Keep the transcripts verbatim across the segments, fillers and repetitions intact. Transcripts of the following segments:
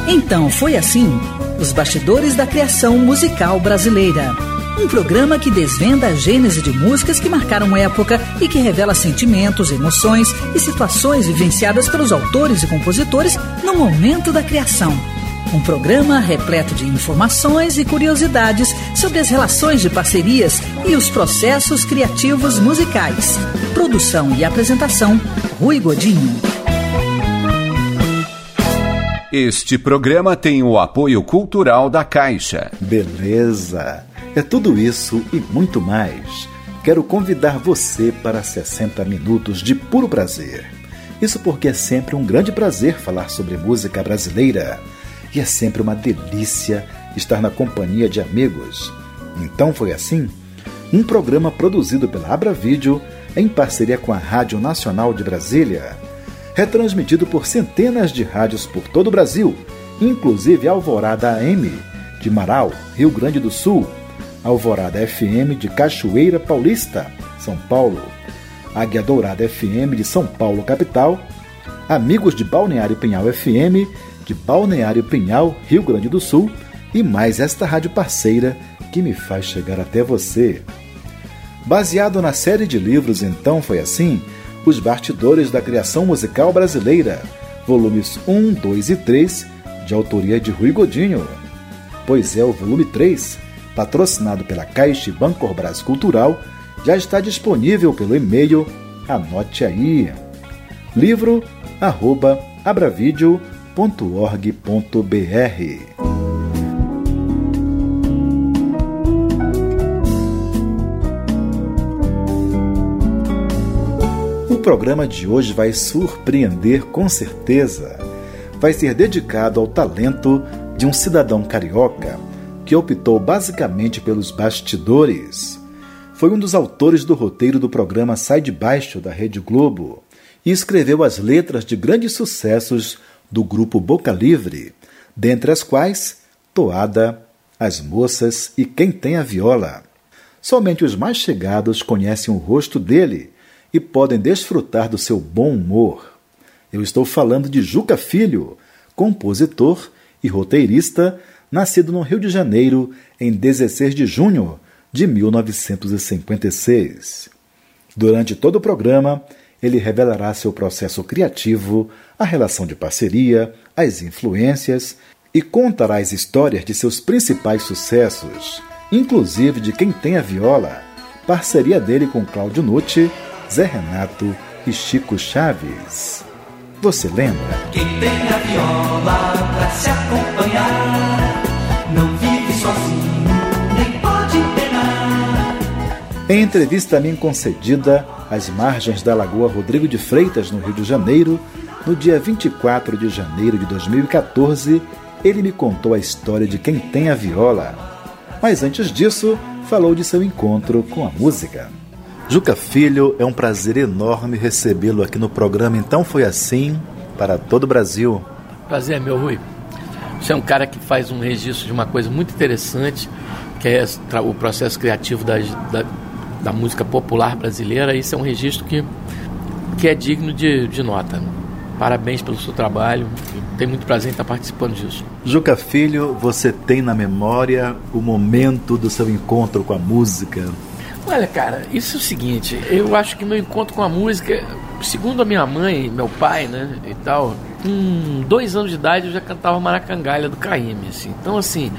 Então foi assim, os bastidores da criação musical brasileira. Um programa que desvenda a gênese de músicas que marcaram época e que revela sentimentos, emoções e situações vivenciadas pelos autores e compositores no momento da criação. Um programa repleto de informações e curiosidades sobre as relações de parcerias e os processos criativos musicais. Produção e apresentação, Rui Godinho. Este programa tem o apoio cultural da Caixa. Beleza! É tudo isso e muito mais. Quero convidar você para sessenta minutos de puro prazer. Isso porque é sempre um grande prazer falar sobre música brasileira. E é sempre uma delícia estar na companhia de amigos. Então foi assim? Um programa produzido pela Abra Vídeo em parceria com a Rádio Nacional de Brasília. Retransmitido por centenas de rádios por todo o Brasil, inclusive Alvorada A M de Marau, Rio Grande do Sul, Alvorada F M de Cachoeira Paulista, São Paulo, Águia Dourada F M de São Paulo, capital, Amigos de Balneário Pinhal F M de Balneário Pinhal, Rio Grande do Sul, e mais esta rádio parceira que me faz chegar até você. Baseado na série de livros Então Foi Assim, Os Bastidores da Criação Musical Brasileira, volumes um, dois e três, de autoria de Rui Godinho. Pois é, o volume três, patrocinado pela Caixa e Bancorbras Cultural, já está disponível pelo e-mail, anote aí, livro arroba abravideo ponto org ponto br. O programa de hoje vai surpreender com certeza. Vai ser dedicado ao talento de um cidadão carioca que optou basicamente pelos bastidores. Foi um dos autores do roteiro do programa Sai de Baixo da Rede Globo e escreveu as letras de grandes sucessos do grupo Boca Livre, dentre as quais Toada, As Moças e Quem Tem a Viola. Somente os mais chegados conhecem o rosto dele e podem desfrutar do seu bom humor. Eu estou falando de Juca Filho, compositor e roteirista, nascido no Rio de Janeiro em dezesseis de junho de mil novecentos e cinquenta e seis. Durante todo o programa, ele revelará seu processo criativo, a relação de parceria, as influências e contará as histórias de seus principais sucessos, inclusive de Quem Tem a Viola, parceria dele com Cláudio Nucci, Zé Renato e Chico Chaves. Você lembra? Quem tem a viola pra se acompanhar não vive sozinho, nem pode penar. Em entrevista a mim concedida às margens da Lagoa Rodrigo de Freitas, no Rio de Janeiro, no dia vinte e quatro de janeiro de dois mil e catorze, ele me contou a história de Quem Tem a Viola. Mas antes disso, falou de seu encontro com a música. Juca Filho, é um prazer enorme recebê-lo aqui no programa Então Foi Assim, para todo o Brasil. Prazer é meu, Rui. Você é um cara que faz um registro de uma coisa muito interessante, que é o processo criativo da, da, da música popular brasileira. Isso é um registro que, que é digno de, de nota. Parabéns pelo seu trabalho. Tenho muito prazer em estar participando disso. Juca Filho, você tem na memória o momento do seu encontro com a música? Olha, cara, isso é o seguinte, eu acho que meu encontro com a música, segundo a minha mãe, meu pai, né, e tal, com dois anos de idade eu já cantava Maracangalha do Caymmi, assim. Então, assim,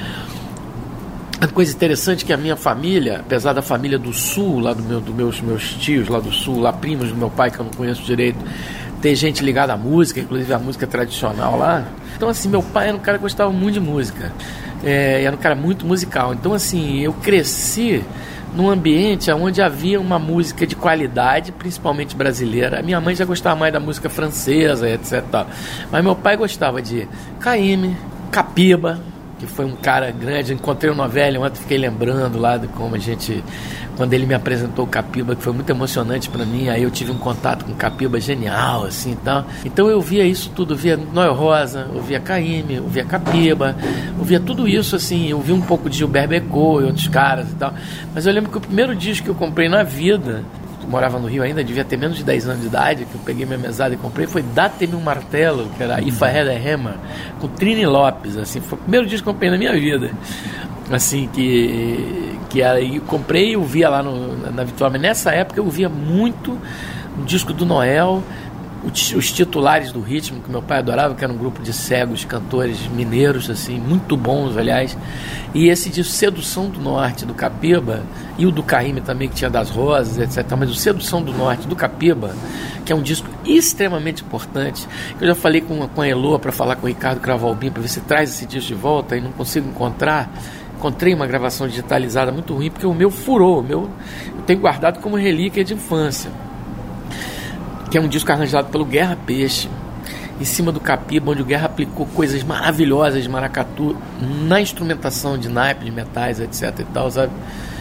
a coisa interessante é que a minha família, apesar da família do sul, lá do meu, dos meus, meus tios lá do sul, lá primos do meu pai, que eu não conheço direito, tem gente ligada à música, inclusive a música tradicional lá. Então, assim, meu pai era um cara que gostava muito de música, é, era um cara muito musical. Então, assim, eu cresci num ambiente onde havia uma música de qualidade, principalmente brasileira. A minha mãe já gostava mais da música francesa, etcétera. Mas meu pai gostava de Caymmi, Capiba, que foi um cara grande. Eu encontrei o Novelli ontem, fiquei lembrando lá de como a gente, quando ele me apresentou o Capiba, que foi muito emocionante para mim. Aí eu tive um contato com o Capiba genial, assim, tal. Então eu via isso tudo, eu via Noel Rosa, eu via Caymmi, eu via Capiba, eu via tudo isso, assim. Eu vi um pouco de Gilberto Becot e outros caras e tal. Mas eu lembro que o primeiro disco que eu comprei na vida, morava no Rio ainda, devia ter menos de dez anos de idade, que eu peguei minha mesada e comprei, foi Dá-te-me um Martelo, que era If I Had a Hammer, com Trini Lopes, assim, foi o primeiro disco que eu comprei na minha vida, assim, que, que aí comprei e eu via lá no, na Vitória, mas nessa época eu via muito o disco do Noel, os titulares do Ritmo, que meu pai adorava, que era um grupo de cegos, cantores mineiros, assim, muito bons, aliás, e esse de Sedução do Norte, do Capiba, e o do Caymmi também, que tinha das Rosas, etcétera, mas o Sedução do Norte, do Capiba, que é um disco extremamente importante, que eu já falei com, com a Elô para falar com o Ricardo Cravalbim, para ver se traz esse disco de volta, e não consigo encontrar. Encontrei uma gravação digitalizada muito ruim, porque o meu furou, o meu eu tenho guardado como relíquia de infância, que é um disco arranjado pelo Guerra Peixe, em cima do Capiba, onde o Guerra aplicou coisas maravilhosas de maracatu na instrumentação de naipe, de metais, etc e tal, sabe?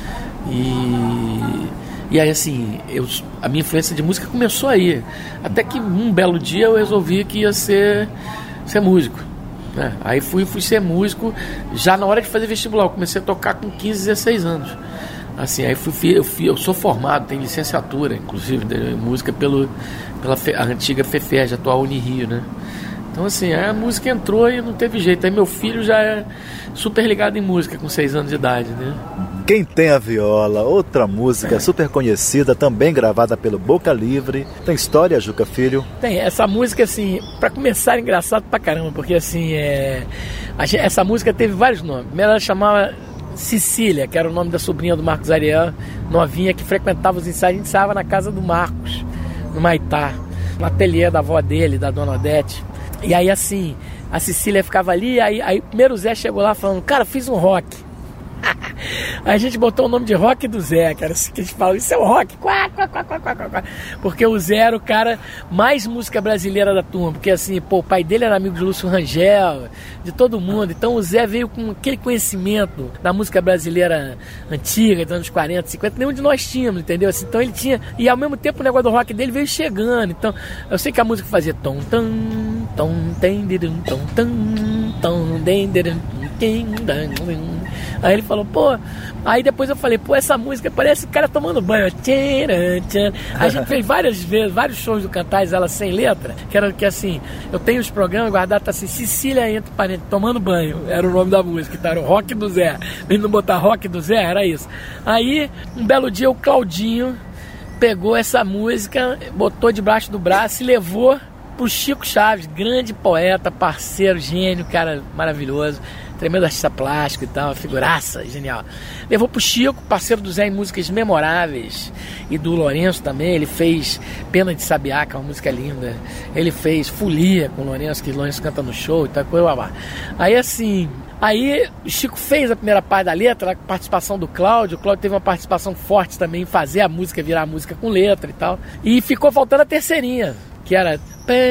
E, e aí, assim, eu, a minha influência de música começou aí, até que um belo dia eu resolvi que ia ser, ser músico, né? Aí fui, fui ser músico já na hora de fazer vestibular, eu comecei a tocar com quinze, dezesseis anos. Assim, aí fui, eu, fui, eu sou formado, tenho licenciatura, inclusive, de música pelo, pela fe, a antiga FEFERJ, atual Unirio, né? Então, assim, a música entrou e não teve jeito. Aí meu filho já é super ligado em música, com seis anos de idade, né? Quem Tem a Viola, outra música super conhecida, também gravada pelo Boca Livre. Tem história, Juca Filho? Tem, essa música, assim, pra começar, é engraçado pra caramba, porque, assim, é, a, essa música teve vários nomes. Primeiro ela chamava Cecília, que era o nome da sobrinha do Marcos Ariel, novinha, que frequentava os ensaios. A gente ensaiava na casa do Marcos, no Maitá, no ateliê da avó dele, da dona Odete. E aí, assim, a Cecília ficava ali, aí, aí primeiro o Zé chegou lá falando, cara, fiz um rock. Aí a gente botou o nome de Rock do Zé, cara, assim que a gente fala, isso é o rock, quá, quá, quá, quá, quá, quá. Porque o Zé era o cara mais música brasileira da turma, porque assim, pô, o pai dele era amigo de Lúcio Rangel, de todo mundo, então o Zé veio com aquele conhecimento da música brasileira antiga, dos anos quarenta, cinquenta, nenhum de nós tínhamos, entendeu? Assim, então ele tinha, e ao mesmo tempo o negócio do rock dele veio chegando, então eu sei que a música fazia tom, tom, tom, tem, tom, tom, tom, aí ele falou, pô, aí depois eu falei, pô, essa música parece o cara tomando banho. A gente fez várias vezes, vários shows do Cantares, ela sem letra, que era que assim, eu tenho os programas guardados, tá assim, Cecília entre parênteses, tomando banho, era o nome da música, tá? Era o Rock do Zé. Ele não botar Rock do Zé, era isso. Aí, um belo dia, o Claudinho pegou essa música, botou debaixo do braço e levou pro Chico Chaves, grande poeta, parceiro, gênio, cara maravilhoso, tremendo artista plástico e tal, figuraça, genial. Levou pro Chico, parceiro do Zé em músicas memoráveis, e do Lourenço também. Ele fez Pena de Sabiá, que é uma música linda. Ele fez Folia com o Lourenço, que o Lourenço canta no show e tal, coisa babá. Aí assim, aí o Chico fez a primeira parte da letra, a participação do Cláudio. O Cláudio teve uma participação forte também em fazer a música virar a música com letra e tal. E ficou faltando a terceirinha, que era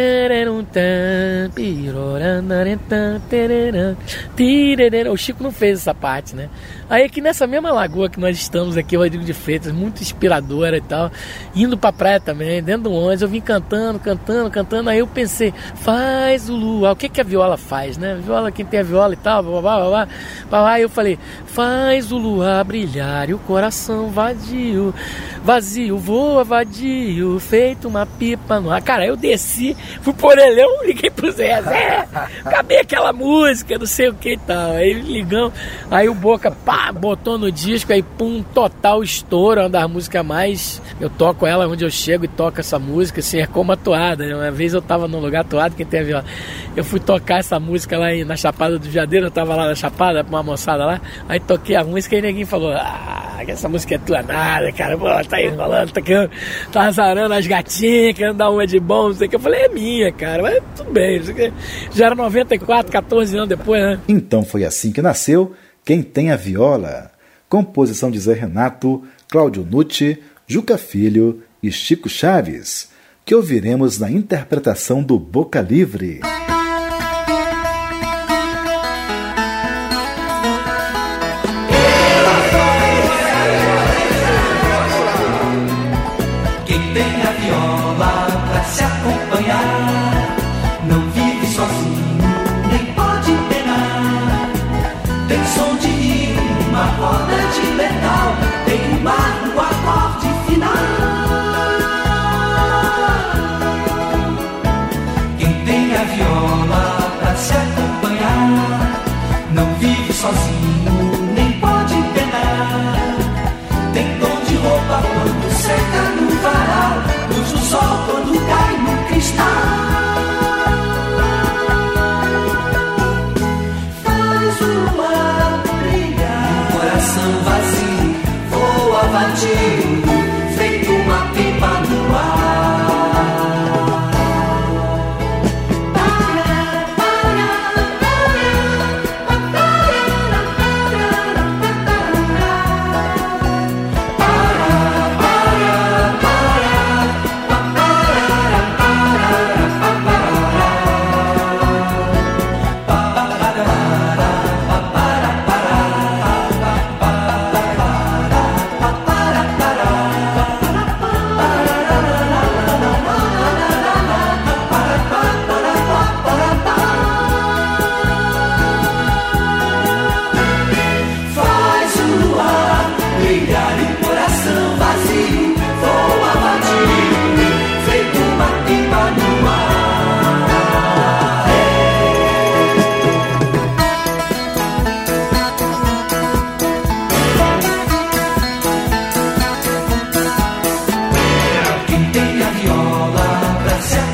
o Chico não fez essa parte, né? Aí aqui nessa mesma lagoa que nós estamos aqui, o Rodrigo de Freitas, muito inspiradora e tal, indo pra praia também, dentro do ônibus, eu vim cantando, cantando, cantando, aí eu pensei, faz o luar, o que que a viola faz, né? Viola, quem tem a viola e tal, blá, blá, blá, blá. Aí eu falei, faz o luar brilhar e o coração vadio, vazio, voa vadio, feito uma pipa no ar. Cara, eu desci, fui por orelhão, liguei pro Zé, Zé, acabei aquela música, não sei o que e tal. Aí ligamos, aí o Boca, pá, botou no disco, aí pum, total estouro, uma das músicas mais, eu toco ela onde eu chego e toco essa música, assim, é como a toada, né? Uma vez eu tava num lugar toado, quem tem a viola, eu fui tocar essa música lá na Chapada do Jadeiro, eu tava lá na Chapada, com uma moçada lá, aí toquei a música e ninguém falou, ah, essa música é tua nada, cara, pô, tá enrolando, tá, querendo, tá azarando as gatinhas, querendo dar uma de bom, não sei o que. Eu falei, é minha, cara, mas tudo bem, já era noventa e quatro, catorze anos depois, né? Então foi assim que nasceu Quem Tem a Viola, composição de Zé Renato, Cláudio Nucci, Juca Filho e Chico Chaves, que ouviremos na interpretação do Boca Livre. Roda de metal, tem um bar no acorde final.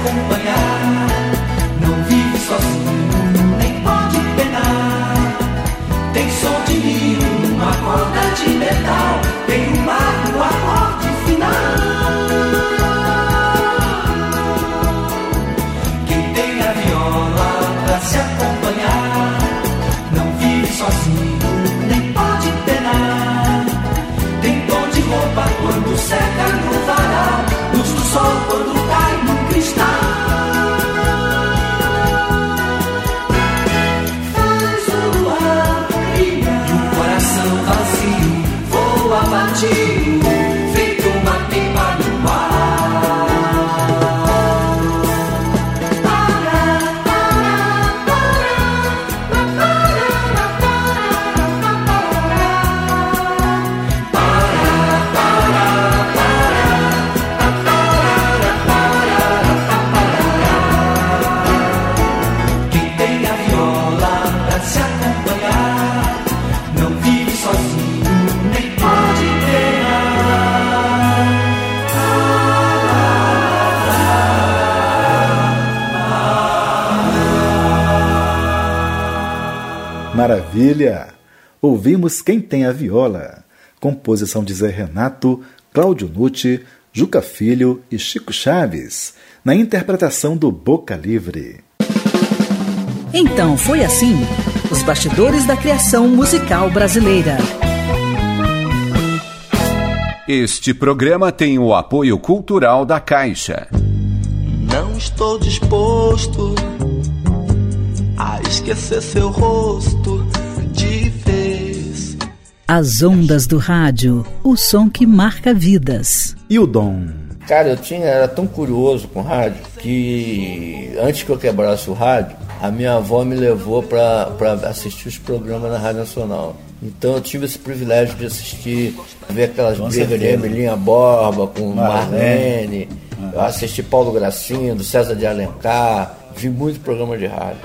acompanhar. Não vive sozinho, nem pode penar. Tem som de milho, uma corda de metal. Tem o mar no acorde final. Quem tem a viola pra se acompanhar, não vive sozinho, nem pode penar. Tem tom de roupa quando seca no varal, luz do sol quando cai no cristal. Faz o luar brilhar e o coração vazio voa batido, feito uma pipa no ar. Maravilha! Ouvimos Quem Tem a Viola, composição de Zé Renato, Cláudio Nucci, Juca Filho e Chico Chaves, na interpretação do Boca Livre. Então foi assim, os bastidores da criação musical brasileira. Este programa tem o apoio cultural da Caixa. Não estou disposto a esquecer seu rosto de vez. As ondas do rádio, o som que marca vidas. E o Dom? Cara, eu tinha, era tão curioso com rádio que antes que eu quebrasse o rádio, a minha avó me levou para assistir os programas na Rádio Nacional. Então eu tive esse privilégio de assistir, ver aquelas brigas de Emelinha Borba com Marlene, uhum. Eu assisti Paulo Gracindo, César de Alencar, vi muito programa de rádio.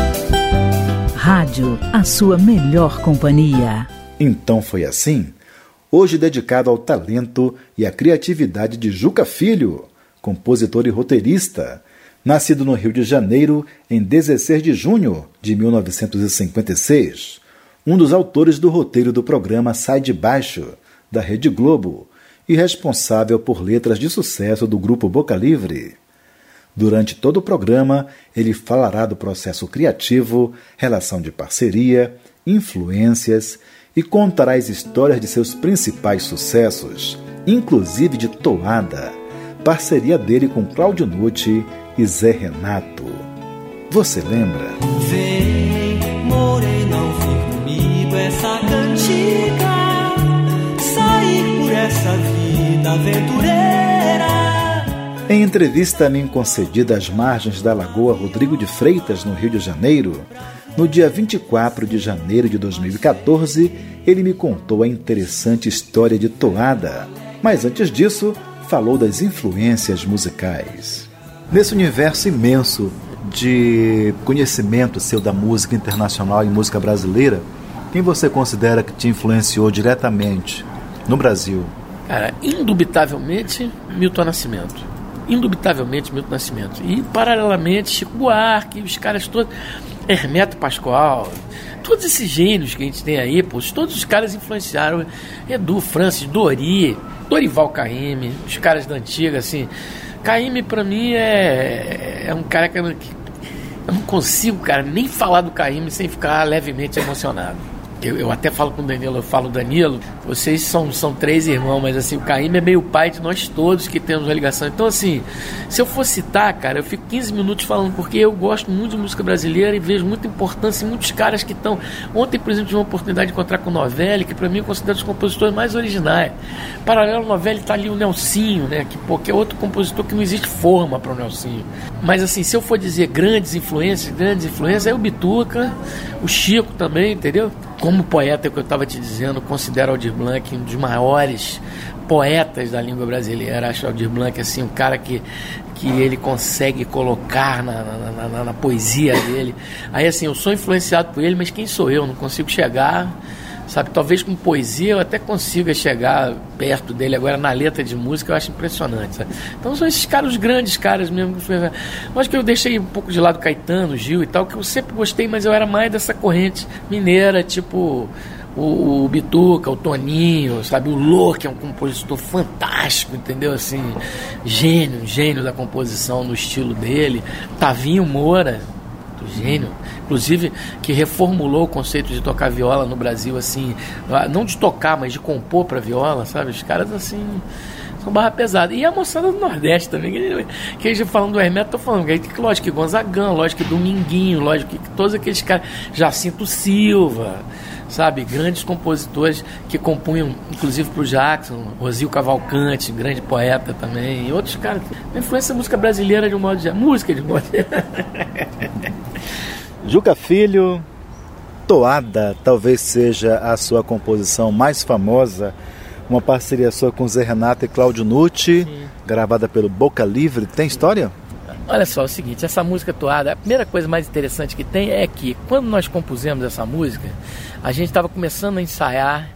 Rádio, a sua melhor companhia. Então foi assim? Hoje dedicado ao talento e à criatividade de Juca Filho, compositor e roteirista, nascido no Rio de Janeiro em dezesseis de junho de mil novecentos e cinquenta e seis, um dos autores do roteiro do programa Sai de Baixo, da Rede Globo, e responsável por letras de sucesso do grupo Boca Livre. Durante todo o programa, ele falará do processo criativo, relação de parceria, influências e contará as histórias de seus principais sucessos, inclusive de Toada, parceria dele com Cláudio Nucci e Zé Renato. Você lembra? Vem, morena, ouvir comigo essa cantiga, sair por essa vida aventureira. Em entrevista a mim concedida às margens da Lagoa Rodrigo de Freitas, no Rio de Janeiro, no dia vinte e quatro de janeiro de dois mil e quatorze, ele me contou a interessante história de Toada. Mas antes disso, falou das influências musicais. Nesse universo imenso de conhecimento seu da música internacional e música brasileira, quem você considera que te influenciou diretamente no Brasil? Cara, indubitavelmente, Milton Nascimento. Indubitavelmente, Milton Nascimento. E, paralelamente, Chico Buarque, os caras todos, Hermeto Pascoal, todos esses gênios que a gente tem aí, pô, todos os caras influenciaram. Edu, Francis, Dori, Dorival Caymmi, os caras da antiga, assim. Caymmi, pra mim, é, é um cara que eu, que eu não consigo, cara, nem falar do Caymmi sem ficar levemente emocionado. Eu, eu até falo com o Danilo, eu falo, Danilo, vocês são, são três irmãos, mas assim, o Caymmi é meio pai de nós todos que temos uma ligação. Então, assim, se eu for citar, cara, eu fico quinze minutos falando, porque eu gosto muito de música brasileira e vejo muita importância em muitos caras que estão... Ontem, por exemplo, tive uma oportunidade de encontrar com o Novelli, que pra mim eu considero os compositores mais originais. Paralelo ao Novelli tá ali o Nelsinho, né, que, pô, que é outro compositor que não existe forma para o Nelsinho. Mas, assim, se eu for dizer grandes influências, grandes influências, é o Bituca, o Chico também, entendeu? Como poeta, que eu estava te dizendo, considero Aldir Blanc um dos maiores poetas da língua brasileira. Acho Aldir Blanc assim, um cara que, que ele consegue colocar na, na, na, na poesia dele. Aí assim, eu sou influenciado por ele, mas quem sou eu? Não consigo chegar sabe? Talvez com poesia eu até consiga chegar perto dele. Agora na letra de música eu acho impressionante, sabe? Então são esses caras, os grandes caras mesmo. Eu acho que eu deixei um pouco de lado Caetano, Gil e tal, que eu sempre gostei, mas eu era mais dessa corrente mineira, tipo o, o Bituca, o Toninho, sabe? O Lô, que é um compositor fantástico, entendeu? Assim, gênio, gênio da composição no estilo dele. Tavinho Moura, gênio, inclusive, que reformulou o conceito de tocar viola no Brasil, assim, não de tocar, mas de compor para viola, sabe? Os caras, assim, são barra pesada. E a moçada do Nordeste também, que, que a gente falando do Hermeto, tô falando, que, lógico que Gonzagão, lógico que Dominguinho, lógico que todos aqueles caras, Jacinto Silva, sabe? Grandes compositores que compunham, inclusive pro Jackson, Rosil Cavalcante, grande poeta também, e outros caras. A influência da música brasileira de um modo geral, música de um modo geral. Juca Filho, Toada talvez seja a sua composição mais famosa, uma parceria sua com Zé Renato e Cláudio Nucci, sim, gravada pelo Boca Livre. Tem história? Olha só, é o seguinte, essa música Toada, a primeira coisa mais interessante que tem é que quando nós compusemos essa música, a gente estava começando a ensaiar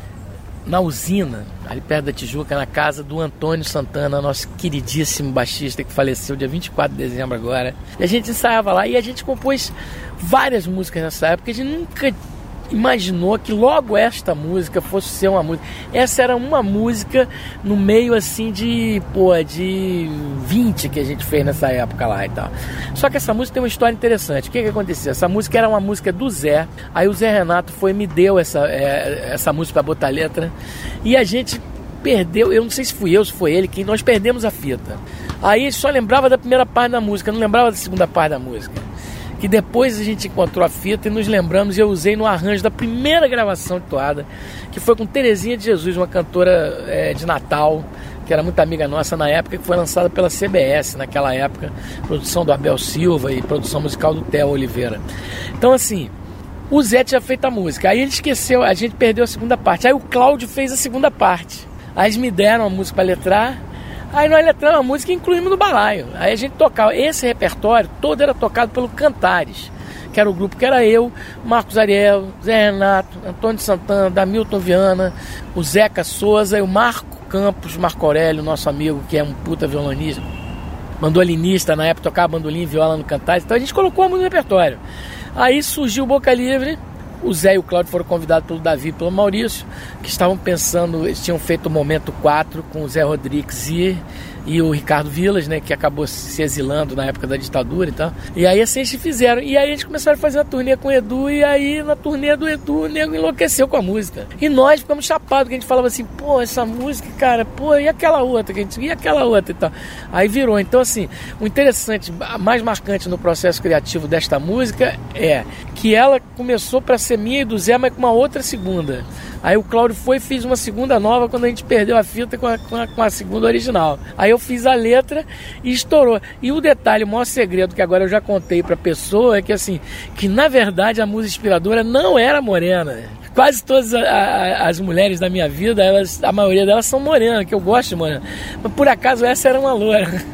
na usina, ali perto da Tijuca, na casa do Antônio Santana, nosso queridíssimo baixista que faleceu dia vinte e quatro de dezembro agora. E a gente ensaiava lá e a gente compôs várias músicas nessa época. A gente nunca imaginou que logo esta música fosse ser uma música. Essa era uma música no meio assim de, pô, de vinte que a gente fez nessa época lá e tal. Só que essa música tem uma história interessante. O que que aconteceu? Essa música era uma música do Zé. Aí o Zé Renato foi e me deu essa, é, essa música pra botar letra. E a gente perdeu, eu não sei se fui eu, se foi ele, que nós perdemos a fita. Aí só lembrava da primeira parte da música, não lembrava da segunda parte da música. Que depois a gente encontrou a fita e nos lembramos, e eu usei no arranjo da primeira gravação de Toada, que foi com Terezinha de Jesus, uma cantora é, de Natal, que era muito amiga nossa na época, que foi lançada pela C B S naquela época, produção do Abel Silva e produção musical do Theo Oliveira. Então assim, o Zé tinha feito a música, aí ele esqueceu, a gente perdeu a segunda parte, aí o Cláudio fez a segunda parte, aí eles me deram a música para letrar. Aí nós letramos a música e incluímos no balaio. Aí a gente tocava. Esse repertório todo era tocado pelo Cantares, que era o grupo que era eu, Marcos Ariel, Zé Renato, Antônio Santana, Damilton Viana, o Zeca Souza e o Marco Campos, Marco Aurélio, nosso amigo, que é um puta violonista, mandolinista, na época tocava bandolim e viola no Cantares. Então a gente colocou a música no repertório. Aí surgiu o Boca Livre. O Zé e o Cláudio foram convidados pelo Davi e pelo Maurício, que estavam pensando, eles tinham feito o Momento quatro com o Zé Rodrigues e, e o Ricardo Vilas, né, que acabou se exilando na época da ditadura e tal. E aí assim eles fizeram. E aí eles começaram a fazer uma turnê com o Edu, e aí na turnê do Edu o nego enlouqueceu com a música. E nós ficamos chapados, que a gente falava assim, pô, essa música, cara, pô, e aquela outra, que a gente, e aquela outra e tal. Aí virou. Então assim, o interessante, mais marcante no processo criativo desta música é que ela começou para ser minha e do Zé, mas com uma outra segunda. Aí o Cláudio foi e fez uma segunda nova quando a gente perdeu a fita com a, com a, com a segunda original. Aí eu fiz a letra e estourou. E o detalhe, o maior segredo que agora eu já contei pra pessoa é que assim, que na verdade a musa inspiradora não era morena. Quase todas a, a, as mulheres da minha vida, elas, a maioria delas são morenas, que eu gosto de morena. Mas por acaso essa era uma loira.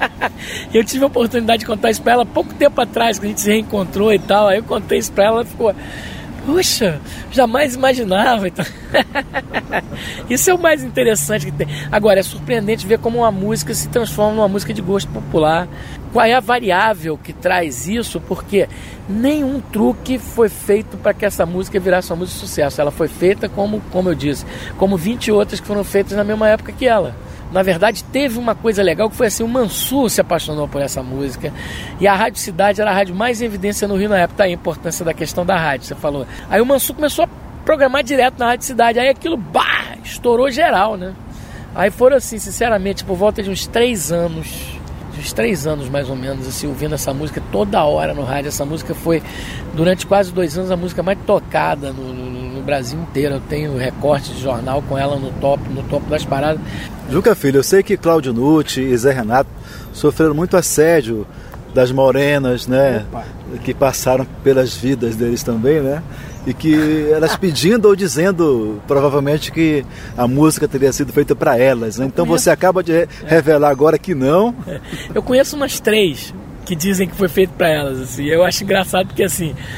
Eu tive a oportunidade de contar isso pra ela pouco tempo atrás, que a gente se reencontrou e tal. Aí eu contei isso pra ela, ela ficou... Puxa, jamais imaginava. Então... Isso é o mais interessante que tem. Agora, é surpreendente ver como uma música se transforma numa música de gosto popular. Qual é a variável que traz isso? Porque nenhum truque foi feito para que essa música virasse uma música de sucesso. Ela foi feita, como, como eu disse, como vinte outras que foram feitas na mesma época que ela. Na verdade, teve uma coisa legal que foi assim, o Mansur se apaixonou por essa música e a Rádio Cidade era a rádio mais em evidência no Rio na época. Tá aí a importância da questão da rádio, você falou. Aí o Mansur começou a programar direto na Rádio Cidade, aí aquilo, bah, estourou geral, né? Aí foram assim, sinceramente, por volta de uns três anos, de uns três anos mais ou menos, assim, ouvindo essa música toda hora no rádio. Essa música foi, durante quase dois anos, a música mais tocada no, no, no Brasil inteiro. Eu tenho recorte de jornal com ela no top, no topo das paradas. Juca Filho, eu sei que Cláudio Nucci e Zé Renato sofreram muito assédio das morenas, né? Opa. Que passaram pelas vidas deles também, né? E que elas pedindo ou dizendo, provavelmente, que a música teria sido feita para elas, né? Então você acaba de revelar agora que não. Eu conheço umas três que dizem que foi feito para elas, assim. Eu acho engraçado porque, assim,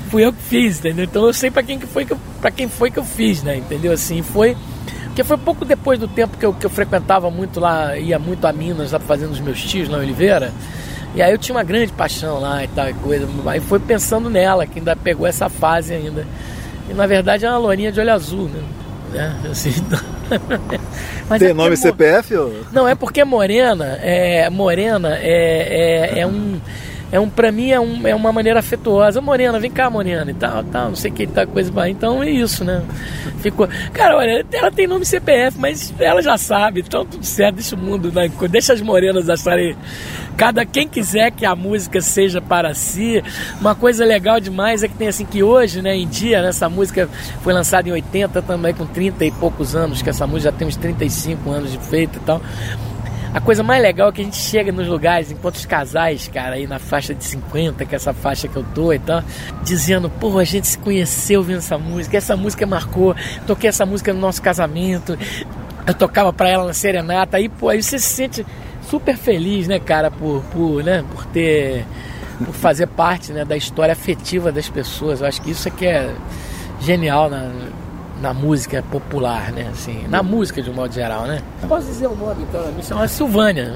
fui eu que fiz, entendeu? Então eu sei pra quem que foi que eu, pra quem foi que eu fiz, né? Entendeu? Assim, foi... Porque foi pouco depois do tempo que eu, que eu frequentava muito lá, ia muito a Minas, lá fazendo os meus tios lá em Oliveira. E aí eu tinha uma grande paixão lá e tal, coisa. Aí foi pensando nela, que ainda pegou essa fase ainda. E na verdade é uma lourinha de olho azul, né? É, assim, mas tem é nome mo... C P F? Ou... Não, é porque morena é, morena é, é, é um... É um, pra mim é, um, é uma maneira afetuosa. Morena, vem cá, Morena, e tal, tal, não sei o que, tal coisa. Então é isso, né? Ficou. Cara, olha, ela tem nome C P F, mas ela já sabe, então tudo certo, deixa o mundo, né? Deixa as morenas acharem. Cada quem quiser que a música seja para si. Uma coisa legal demais é que tem assim que hoje, né, em dia, né, essa música foi lançada em oitenta também, com trinta e poucos anos, que essa música já tem uns trinta e cinco anos de feito e tal. A coisa mais legal é que a gente chega nos lugares, enquanto os casais, cara, aí na faixa de cinquenta, que é essa faixa que eu tô e tal, dizendo, pô, a gente se conheceu ouvindo essa música, essa música marcou, toquei essa música no nosso casamento, eu tocava pra ela na serenata, aí, pô, aí você se sente super feliz, né, cara, por, por, né, por ter, por fazer parte, né, da história afetiva das pessoas. Eu acho que isso é que é genial na... na música popular, né? Assim, na música de um modo geral, né? Posso dizer o nome, então? Me chama Silvânia.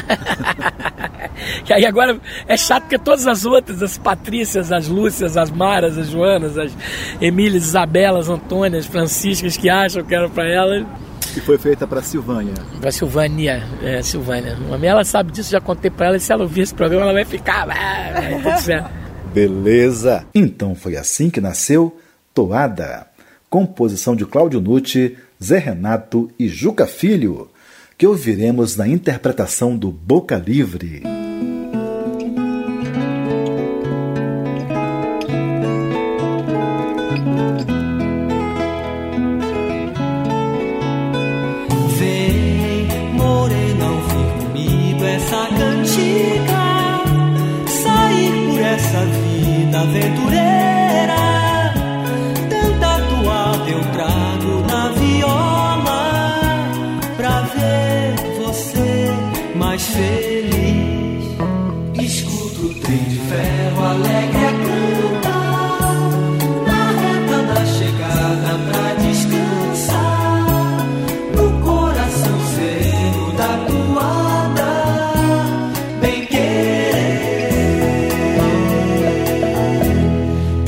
Que aí agora é chato porque todas as outras, as Patrícias, as Lúcias, as Maras, as Joanas, as Emílias, Isabelas, Antônias, Franciscas, que acham que era pra ela. E foi feita pra Silvânia. Pra Silvânia, é, Silvânia. Ela sabe disso, já contei pra ela, e se ela ouvir esse programa, ela vai ficar... Ah, tudo certo. Beleza. Então foi assim que nasceu Toada. Composição de Cláudio Nucci, Zé Renato e Juca Filho, que ouviremos na interpretação do Boca Livre. Vem, morena, ouvir comigo essa cantiga, sair por essa vida aventureira. Eu trago na viola pra ver você mais feliz. Escuto o trem de ferro alegre a cantar na reta da chegada pra descansar no coração sereno da Toada. Bem querer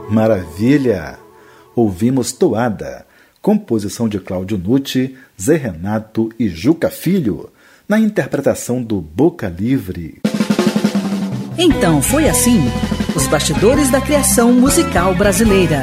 Maravilha! Ouvimos Toada, composição de Cláudio Nucci, Zé Renato e Juca Filho, na interpretação do Boca Livre. Então foi assim, os bastidores da criação musical brasileira.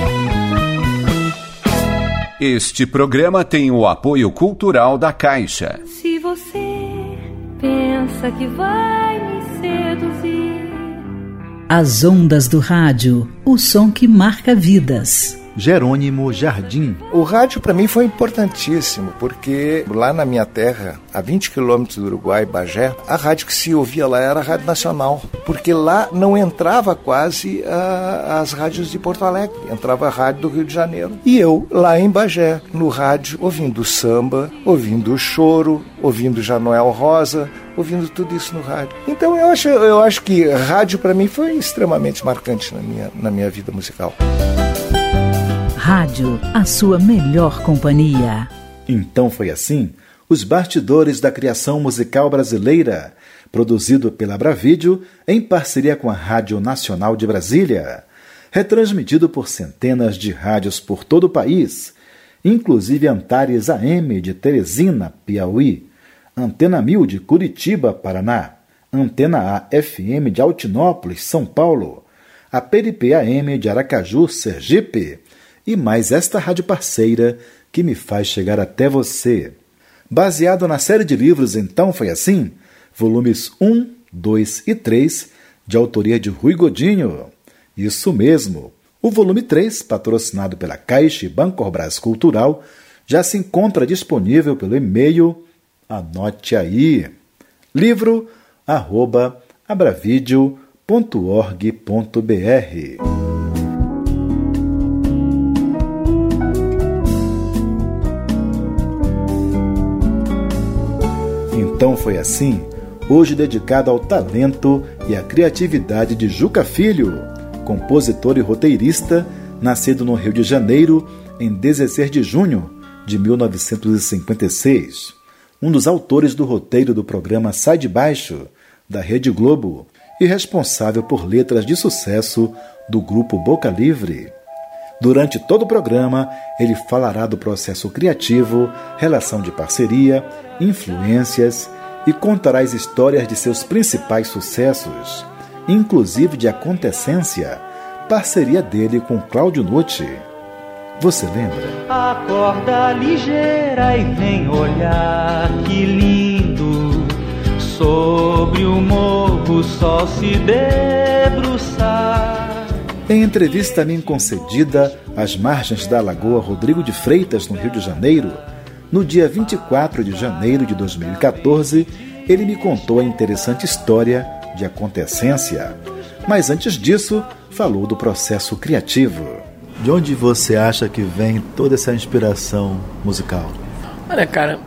Este programa tem o apoio cultural da Caixa. Se você pensa que vai me seduzir. As ondas do rádio, o som que marca vidas. Jerônimo Jardim. O rádio para mim foi importantíssimo, porque lá na minha terra, a vinte quilômetros do Uruguai, Bagé, a rádio que se ouvia lá era a Rádio Nacional, porque lá não entrava quase a, as rádios de Porto Alegre, entrava a rádio do Rio de Janeiro. E eu, lá em Bagé, no rádio, ouvindo samba, ouvindo choro, ouvindo Janoel Rosa, ouvindo tudo isso no rádio. Então eu acho, eu acho que rádio para mim foi extremamente marcante na minha, na minha vida musical. Rádio, a sua melhor companhia. Então foi assim, os bastidores da criação musical brasileira, produzido pela Abravídeo em parceria com a Rádio Nacional de Brasília, retransmitido por centenas de rádios por todo o país, inclusive Antares A M de Teresina, Piauí, Antena Mil de Curitiba, Paraná, Antena A F M de Altinópolis, São Paulo, a Peripê A M de Aracaju, Sergipe, e mais esta rádio parceira que me faz chegar até você. Baseado na série de livros Então Foi Assim, volumes um, dois e três, de autoria de Rui Godinho. Isso mesmo, o volume três, patrocinado pela Caixa e Bancorbras Cultural, já se encontra disponível pelo e-mail, anote aí, livro arroba abravideo ponto org ponto br. Então foi assim, hoje dedicado ao talento e à criatividade de Juca Filho, compositor e roteirista, nascido no Rio de Janeiro em dezesseis de junho de mil novecentos e cinquenta e seis, um dos autores do roteiro do programa Sai de Baixo, da Rede Globo, e responsável por letras de sucesso do grupo Boca Livre. Durante todo o programa, ele falará do processo criativo, relação de parceria, influências e contará as histórias de seus principais sucessos, inclusive de Acontecência, parceria dele com Cláudio Nucci. Você lembra? Acorda ligeira e vem olhar que lindo, sobre o morro o sol se debruçar. Em entrevista a mim concedida às margens da Lagoa Rodrigo de Freitas, no Rio de Janeiro, no dia vinte e quatro de janeiro de dois mil e quatorze, ele me contou a interessante história de Acontecência. Mas antes disso, falou do processo criativo. De onde você acha que vem toda essa inspiração musical? Olha, cara,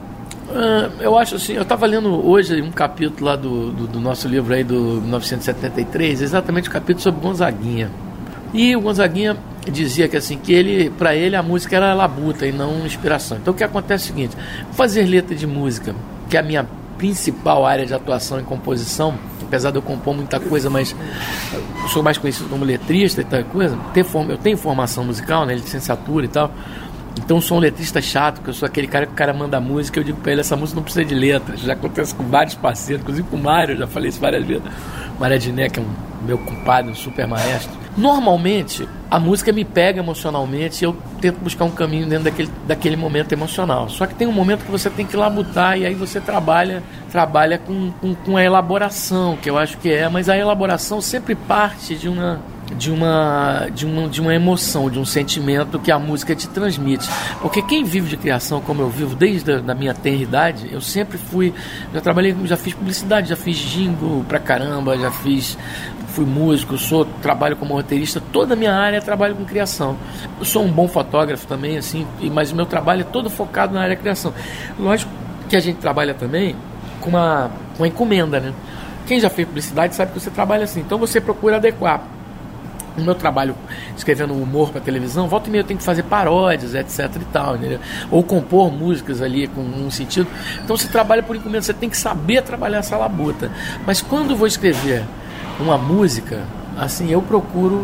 eu acho assim, eu estava lendo hoje um capítulo lá do, do, do nosso livro aí do mil novecentos e setenta e três, exatamente o capítulo sobre Gonzaguinha. E o Gonzaguinha dizia que assim, que ele, para ele a música era labuta e não inspiração. Então o que acontece é o seguinte: fazer letra de música, que é a minha principal área de atuação em composição, apesar de eu compor muita coisa, mas eu sou mais conhecido como letrista e tal coisa, eu tenho formação musical, né, licenciatura e tal. Então sou um letrista chato, porque eu sou aquele cara que o cara manda música, eu digo pra ele, essa música não precisa de letras. Já acontece com vários parceiros, inclusive com o Mário, já falei isso várias vezes. Mário Adnet, que é um meu compadre, um super maestro. Normalmente, a música me pega emocionalmente e eu tento buscar um caminho dentro daquele, daquele momento emocional. Só que tem um momento que você tem que labutar e aí você trabalha, trabalha com, com, com a elaboração, que eu acho que é, mas a elaboração sempre parte de uma... De uma, de, uma, de uma emoção, de um sentimento que a música te transmite. Porque quem vive de criação como eu vivo desde a da minha tenra idade, eu sempre fui, já trabalhei, já fiz publicidade, já fiz jingle pra caramba, já fiz, fui músico, sou, trabalho como roteirista, toda a minha área é trabalho com criação. Eu sou um bom fotógrafo também, assim, mas o meu trabalho é todo focado na área de criação. Lógico que a gente trabalha também com uma, uma encomenda, né? Quem já fez publicidade sabe que você trabalha assim, então você procura adequar. No meu trabalho escrevendo humor para televisão, volta e meia eu tenho que fazer paródias, etc e tal, entendeu? Ou compor músicas ali com um sentido. Então você trabalha por encomenda, você tem que saber trabalhar essa labuta. Mas quando eu vou escrever uma música, assim, eu procuro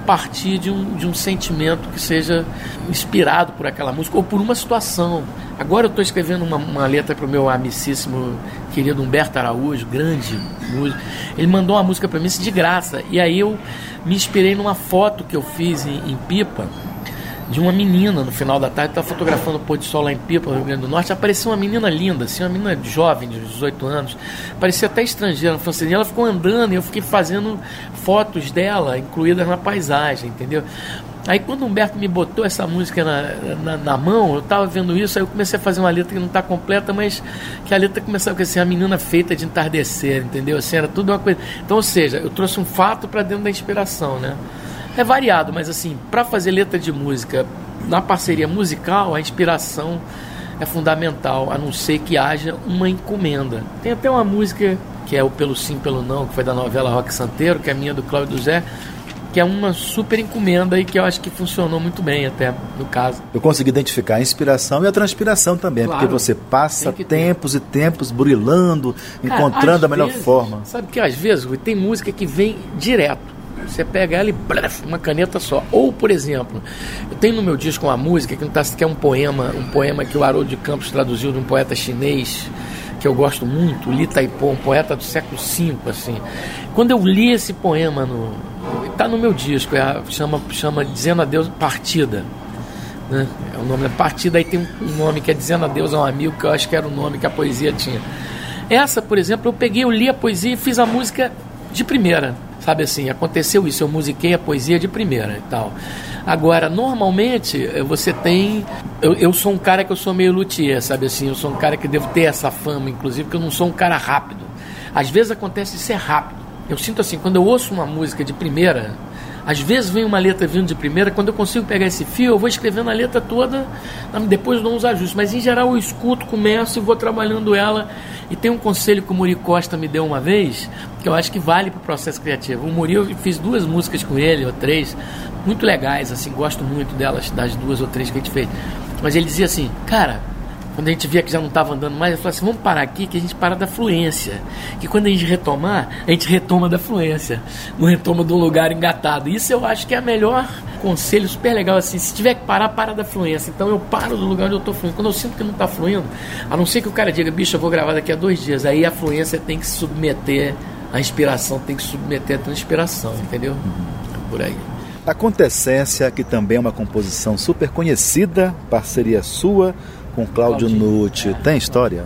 partir de um, de um sentimento que seja inspirado por aquela música ou por uma situação. Agora eu estou escrevendo uma, uma letra para o meu amicíssimo querido Humberto Araújo, grande músico. Ele mandou uma música para mim de graça, e aí eu me inspirei numa foto que eu fiz em, em Pipa, de uma menina no final da tarde. Estava fotografando o pôr do sol lá em Pipa, no Rio Grande do Norte. Apareceu uma menina linda, assim, uma menina jovem, de dezoito anos, parecia até estrangeira, francesa. E ela ficou andando e eu fiquei fazendo fotos dela incluídas na paisagem, entendeu? Aí quando o Humberto me botou essa música na, na, na mão, eu estava vendo isso, aí eu comecei a fazer uma letra que não está completa, mas que a letra começava com assim, a menina feita de entardecer, entendeu? Assim, era tudo uma coisa. Então, ou seja, eu trouxe um fato para dentro da inspiração, né? É variado, mas assim, para fazer letra de música na parceria musical, a inspiração é fundamental, a não ser que haja uma encomenda. Tem até uma música que é o Pelo Sim, Pelo Não, que foi da novela Roque Santeiro, que é minha, do Cláudio Zé, que é uma super encomenda e que eu acho que funcionou muito bem até, no caso. Eu consegui identificar a inspiração e a transpiração também, claro, porque você passa tempos ter. e tempos burilando, Cara, encontrando a melhor vezes, forma. Sabe que às vezes tem música que vem direto. Você pega ela e blef, uma caneta só. Ou, por exemplo, eu tenho no meu disco uma música que, não tá, que é um poema, um poema que o Haroldo de Campos traduziu de um poeta chinês que eu gosto muito, Li Taipo, um poeta do século cinco, assim. Quando eu li esse poema, no, tá no meu disco, é, chama, chama Dizendo Adeus, Partida, né? É o nome da Partida, aí tem um, um nome que é Dizendo Adeus a um Amigo, que eu acho que era o nome que a poesia tinha. Essa, por exemplo, eu peguei, eu li a poesia e fiz a música de primeira, sabe assim, aconteceu isso, eu musiquei a poesia de primeira e tal. Agora, normalmente, você tem... Eu, eu sou um cara que eu sou meio luthier, sabe assim? Eu sou um cara que devo ter essa fama, inclusive, porque eu não sou um cara rápido. Às vezes acontece de ser rápido. Eu sinto assim, quando eu ouço uma música de primeira, às vezes vem uma letra vindo de primeira, quando eu consigo pegar esse fio, eu vou escrevendo a letra toda, depois dou uns ajustes. Mas, em geral, eu escuto, começo e vou trabalhando ela. E tem um conselho que o Muri Costa me deu uma vez, que eu acho que vale para o processo criativo. O Muri, eu fiz duas músicas com ele, ou três, muito legais, assim, gosto muito delas, das duas ou três que a gente fez. Mas ele dizia assim, cara, quando a gente via que já não estava andando mais, ele falou assim, vamos parar aqui que a gente para da fluência, que quando a gente retomar, a gente retoma da fluência, não retoma de um lugar engatado. Isso eu acho que é o melhor conselho, super legal, assim, se tiver que parar, para da fluência. Então eu paro do lugar onde eu estou fluindo. Quando eu sinto que não está fluindo, a não ser que o cara diga, bicho, eu vou gravar daqui a dois dias, aí a fluência tem que se submeter, a inspiração tem que se submeter à transpiração, entendeu? Por aí. Acontecência, que também é uma composição super conhecida, parceria sua com Cláudio Nutti. Tem história?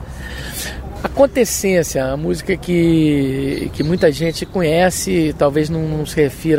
Acontecência, a música que, que muita gente conhece, talvez não, não se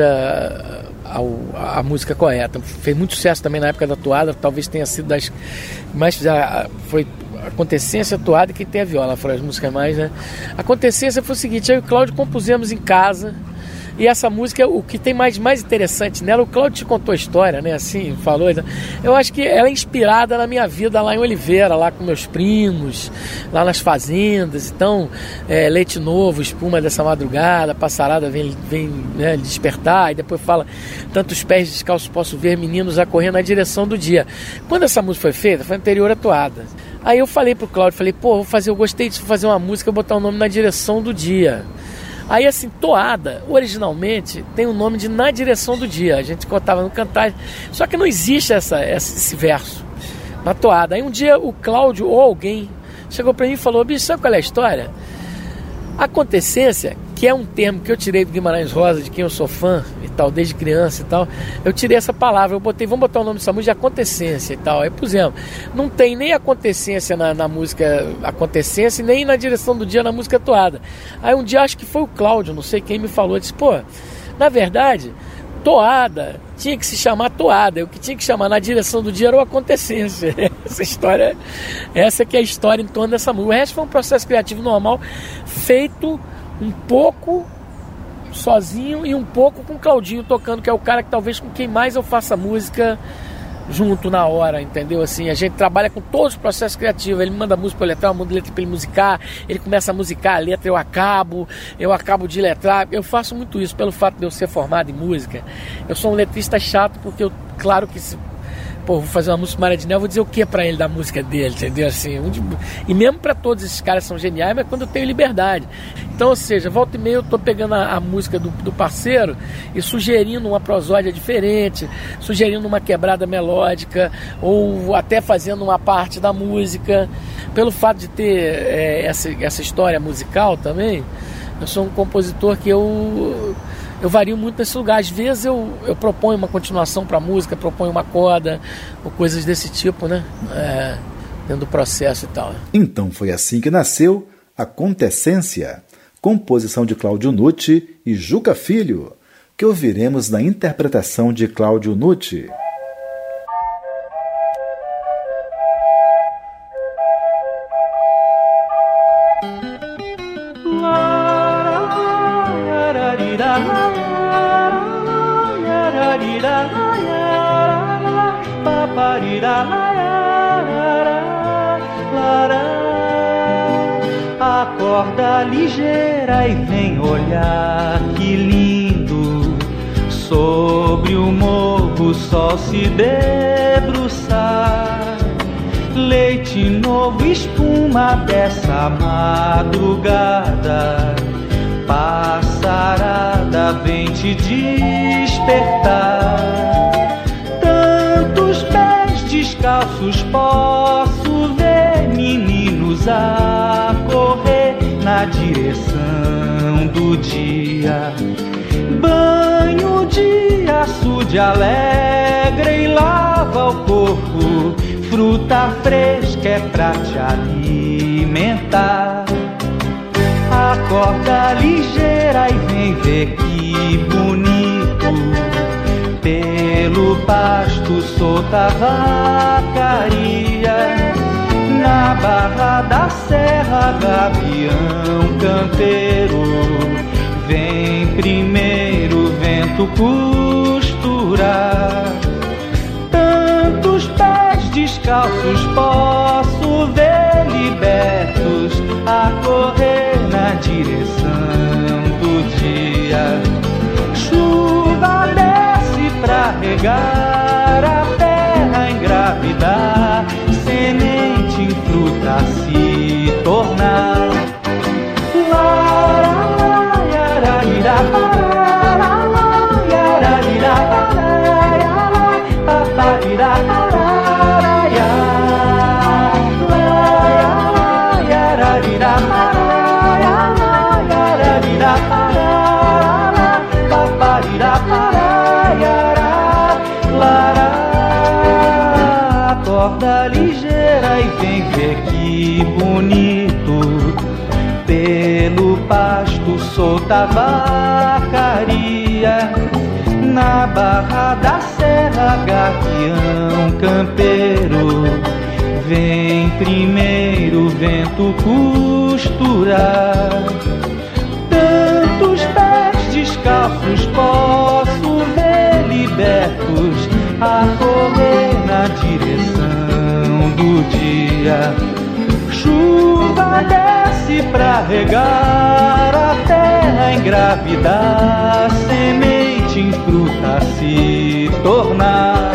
refira ao, à música correta. Fez muito sucesso também na época da toada, talvez tenha sido das mais... Já foi Acontecência, toada e Quem Tem a Viola, foram as músicas mais, né? Acontecência foi o seguinte, eu e o Cláudio compusemos em casa. E essa música, o que tem mais, mais interessante nela, o Cláudio te contou a história, né? Assim, falou. Eu acho que ela é inspirada na minha vida lá em Oliveira, lá com meus primos, lá nas fazendas. Então, é, Leite Novo, Espuma Dessa Madrugada, Passarada Vem, vem né, despertar. E depois fala, tantos pés descalços posso ver, meninos a correr na direção do dia. Quando essa música foi feita, foi anterior à toada. Aí eu falei pro Cláudio, falei, pô, vou fazer, eu gostei de fazer uma música, botar o nome Na Direção do Dia. Aí assim, toada, originalmente, tem o nome de Na Direção do Dia. A gente contava no cantar, só que não existe essa, esse verso na toada. Aí um dia o Cláudio ou alguém chegou pra mim e falou, bicho, sabe qual é a história? Acontecência, que é um termo que eu tirei do Guimarães Rosa, de quem eu sou fã e tal, desde criança e tal, eu tirei essa palavra, eu botei, vamos botar o nome dessa música de Acontecência e tal. Aí pusemos, não tem nem acontecência na, na música Acontecência, nem na Direção do Dia na música toada. Aí um dia, acho que foi o Cláudio, não sei quem me falou, disse, pô, na verdade, toada tinha que se chamar toada, o que tinha que chamar Na Direção do Dia era o Acontecência. Essa história, essa que é a história em torno dessa música. O resto foi um processo criativo normal, feito um pouco sozinho e um pouco com o Claudinho tocando, que é o cara que talvez com quem mais eu faça música junto na hora, entendeu? Assim, a gente trabalha com todos os processos criativos. Ele me manda música para eu letrar, eu mando letra para ele musicar, ele começa a musicar a letra, eu acabo, eu acabo de letrar. Eu faço muito isso pelo fato de eu ser formado em música. Eu sou um letrista chato porque eu, claro que se pô, vou fazer uma música Maré de Neve, vou dizer o que pra ele da música dele, entendeu? Assim, um de... E mesmo pra todos esses caras são geniais, mas quando eu tenho liberdade. Então, ou seja, volta e meia eu tô pegando a, a música do, do parceiro e sugerindo uma prosódia diferente, sugerindo uma quebrada melódica, ou até fazendo uma parte da música. Pelo fato de ter é, essa, essa história musical também, eu sou um compositor que eu... eu vario muito nesse lugar. Às vezes eu, eu proponho uma continuação para a música, proponho uma coda, ou coisas desse tipo, né? É, dentro do processo e tal. Então foi assim que nasceu Acontecência, composição de Cláudio Nutti e Juca Filho, que ouviremos na interpretação de Cláudio Nutti. Acorda ligeira e vem olhar que lindo. Sobre o morro o sol se debruçar. Leite novo, espuma dessa madrugada. Passarada vem te despertar. Tantos pés descalços posso ver, meninos a correr na direção do dia. Banho de açude alegre e lava o corpo. Fruta fresca é pra te alimentar. Acorda ligeira e vem ver que bonito. Pelo pasto solta vacaria. Na barra da serra, gavião campeiro. Vem primeiro vento costurar. Tantos pés descalços posso ver libertos a correr na direção do dia. Chuva desce pra regar a terra, engravidar, semente em fruta se tornar. Acorda ligeira e vem ver que bonito. Pelo pasto solta vacaria. Na barra da serra, gavião campeiro. Vem primeiro vento costurar. Tantos pés descalços posso ver libertos a correr na direção do dia. Chuva desce pra regar a terra, engravidar, semente em fruta se tornar.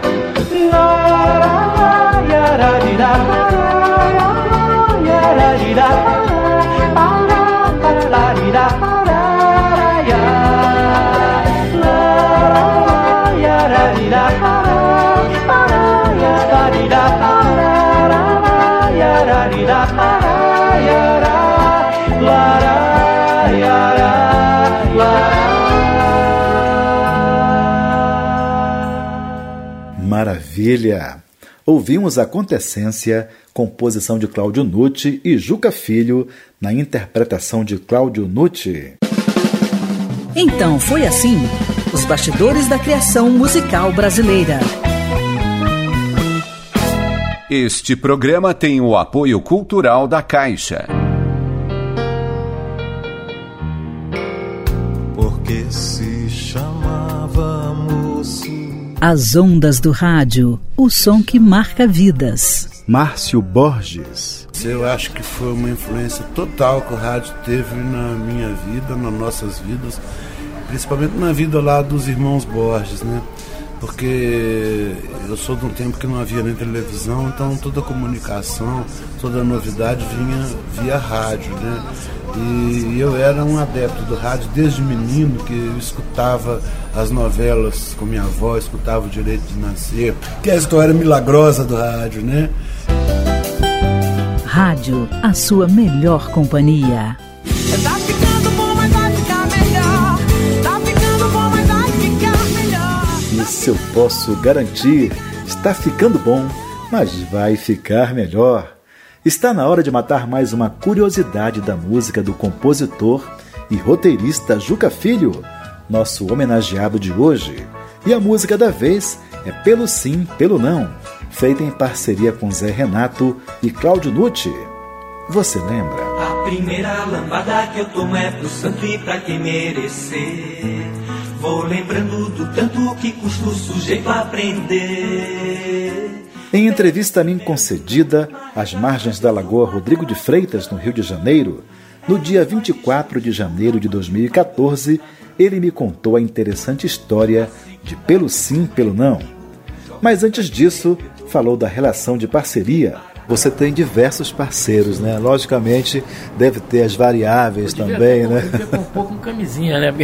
Maravilha! Ouvimos Acontecência, composição de Cláudio Nutti e Juca Filho, na interpretação de Cláudio Nutti. Então foi assim, os bastidores da criação musical brasileira. Este programa tem o apoio cultural da Caixa. Porque se chamava moço. As ondas do rádio, o som que marca vidas. Márcio Borges. Eu acho que foi uma influência total que o rádio teve na minha vida, nas nossas vidas, principalmente na vida lá dos irmãos Borges, né? porque eu sou de um tempo que não havia nem televisão, então toda a comunicação, toda a novidade vinha via rádio, né? E eu era um adepto do rádio desde menino, que eu escutava as novelas com minha avó, escutava O Direito de Nascer, que é a história milagrosa do rádio, né? Rádio, a sua melhor companhia. Tá ficando bom, mas vai ficar melhor. Tá ficando bom, mas vai ficar melhor. Isso eu posso garantir. Está ficando bom, mas vai ficar melhor. Está na hora de matar mais uma curiosidade da música do compositor e roteirista Juca Filho, nosso homenageado de hoje. E a música da vez é Pelo Sim, Pelo Não, feita em parceria com Zé Renato e Cláudio Nucci. Você lembra? A primeira lambada que eu tomo é pro santo e pra quem merecer. Vou lembrando do tanto que custa o sujeito aprender. Em entrevista a mim concedida, às margens da Lagoa Rodrigo de Freitas, no Rio de Janeiro, no dia vinte e quatro de janeiro de dois mil e quatorze, ele me contou a interessante história de Pelo Sim, Pelo Não. Mas antes disso, falou da relação de parceria. Você tem diversos parceiros, né? Logicamente, deve ter as variáveis também, ter, né? Devia compor com camisinha, né?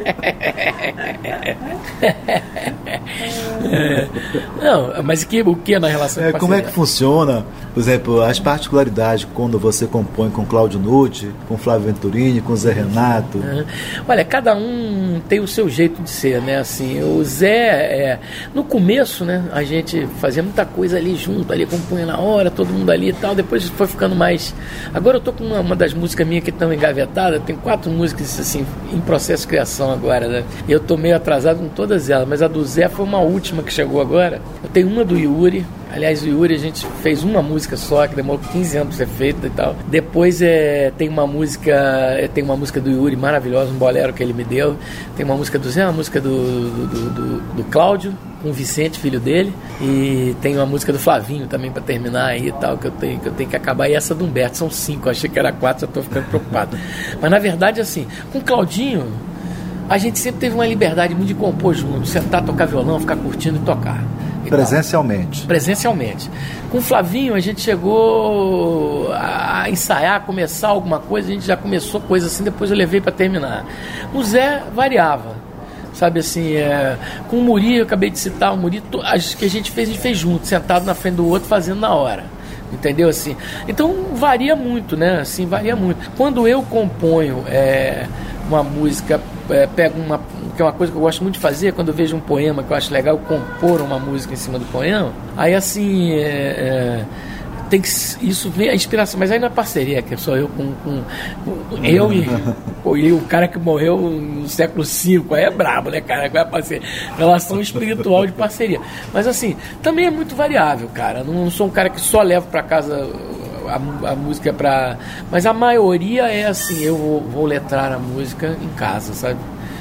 É. Não, mas que, o que na relação é, de como é que funciona, por exemplo, as particularidades quando você compõe com Cláudio Nucci, com Flávio Venturini, com Zé Renato? Uhum. Olha, cada um tem o seu jeito de ser, né? Assim, o Zé, é, no começo, né, a gente fazia muita coisa ali junto, ali compunha na hora, todo mundo ali e tal, depois foi ficando mais... Agora eu tô com uma, uma das músicas minhas que estão engavetadas, tem quatro músicas assim, em processo de criação agora, né? E eu tô meio atrasado com todas elas, mas a do Zé foi uma última que chegou agora. Eu tenho uma do Yuri. Aliás, o Yuri, a gente fez uma música só, que demorou quinze anos para ser feita e tal. Depois é, tem uma música é, tem uma música do Yuri maravilhosa, um bolero que ele me deu. Tem uma música do Zé, uma música do, do, do, do, do Cláudio, com o Vicente, filho dele. E tem uma música do Flavinho também para terminar aí e tal, que eu, tenho, que eu tenho que acabar. E essa do Humberto, são cinco. Eu achei que era quatro, já estou ficando preocupado. Mas na verdade, assim, com o Claudinho, a gente sempre teve uma liberdade muito de compor junto, sentar, tocar violão, ficar curtindo e tocar. Presencialmente. Presencialmente. Com o Flavinho, a gente chegou a ensaiar, a começar alguma coisa, a gente já começou coisa assim, depois eu levei para terminar. O Zé variava, sabe assim, é, com o Muri, eu acabei de citar, o Muri, acho que a gente fez, a gente fez junto, sentado na frente do outro, fazendo na hora. Entendeu? Assim, então varia muito, né? Assim, varia muito. Quando eu componho é, uma música, é, pego uma, que é uma coisa que eu gosto muito de fazer, quando eu vejo um poema que eu acho legal, compor uma música em cima do poema, aí assim, é, é, tem que, isso vem a inspiração, mas aí não é parceria, que sou eu com, com, com eu e, e o cara que morreu no século cinco, aí é brabo, né, cara? Vai parceria, relação espiritual de parceria. Mas assim, também é muito variável, cara. Não, não sou um cara que só levo pra casa a, a música pra. Mas a maioria é assim, eu vou, vou letrar a música em casa, sabe?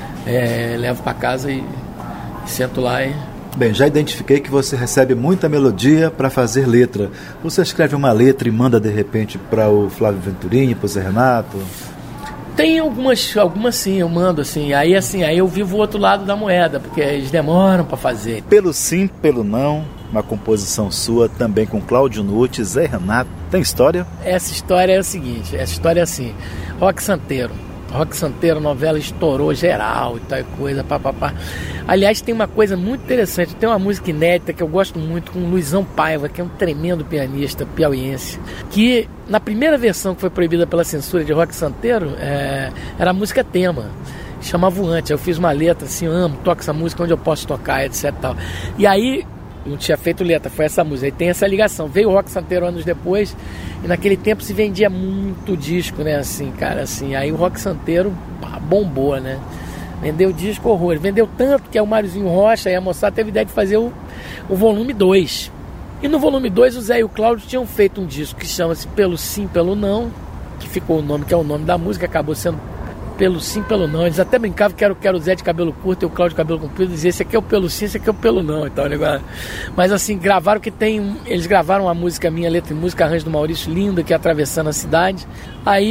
É, levo pra casa e, e sento lá e. Bem, já identifiquei que você recebe muita melodia para fazer letra. Você escreve uma letra e manda de repente para o Flávio Venturini, para o Zé Renato? Tem algumas, algumas sim, eu mando assim. Aí assim, aí eu vivo o outro lado da moeda, porque eles demoram para fazer. Pelo Sim, Pelo Não, uma composição sua também com Cláudio Nucci, Zé Renato. Tem história? Essa história é o seguinte, essa história é assim, Roque Santeiro. Roque Santeiro, novela estourou geral e tal coisa, papapá. Aliás, tem uma coisa muito interessante, tem uma música inédita que eu gosto muito com o Luizão Paiva, que é um tremendo pianista piauiense, que na primeira versão que foi proibida pela censura de Roque Santeiro, é, era a música tema, chamava o Antes. Eu fiz uma letra assim, amo, toco essa música onde eu posso tocar, etc e tal. E aí, não tinha feito letra, foi essa música, aí tem essa ligação. Veio o Roque Santeiro anos depois, e naquele tempo se vendia muito disco, né, assim, cara, assim, aí o Roque Santeiro pá, bombou, né, vendeu disco horror, vendeu tanto que é o Máriozinho Rocha e a moçada teve ideia de fazer o, o volume dois, e no volume dois o Zé e o Cláudio tinham feito um disco que chama-se Pelo Sim, Pelo Não, que ficou o nome, que é o nome da música, acabou sendo Pelo Sim, Pelo Não. Eles até brincavam que era, que era o Zé de cabelo curto e o Cláudio de cabelo comprido, diziam, esse aqui é o Pelo Sim, esse aqui é o Pelo Não e tal, negócio. Mas assim, gravaram que tem, eles gravaram uma música minha, letra e música, arranjo do Maurício, linda, que é Atravessando a Cidade. Aí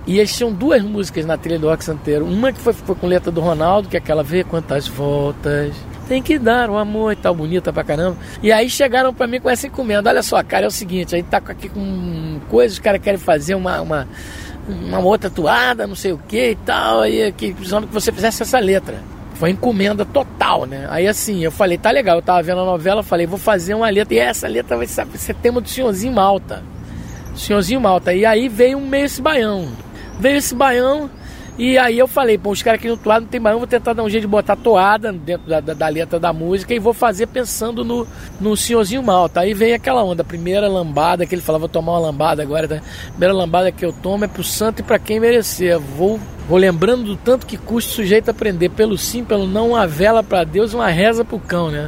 E eles tinham duas músicas na trilha do Rock Santeiro. Uma que foi, foi com letra do Ronaldo, que é aquela Vê Quantas Voltas tem que dar o amor e tal, bonita pra caramba. E aí chegaram pra mim com essa encomenda. Olha só, cara, é o seguinte, a gente tá aqui com coisas, os caras querem fazer uma, uma, uma outra toada, não sei o que e tal, aí que precisamos que você fizesse essa letra. Foi encomenda total, né? Aí assim, eu falei, tá legal, eu tava vendo a novela, falei, vou fazer uma letra, e essa letra vai ser, vai ser tema do Senhorzinho Malta. Senhorzinho Malta. E aí veio um meio esse baião. Veio esse baião, e aí eu falei, pô, os caras aqui no toado não tem baião, vou tentar dar um jeito de botar toada dentro da, da, da letra da música e vou fazer pensando no, no Senhorzinho Malta. Aí veio aquela onda, a primeira lambada, que ele falava, vou tomar uma lambada agora, tá? A primeira lambada que eu tomo é pro santo e pra quem merecer. Vou, vou lembrando do tanto que custa o sujeito aprender, pelo sim, pelo não, uma vela pra Deus, uma reza pro cão, né?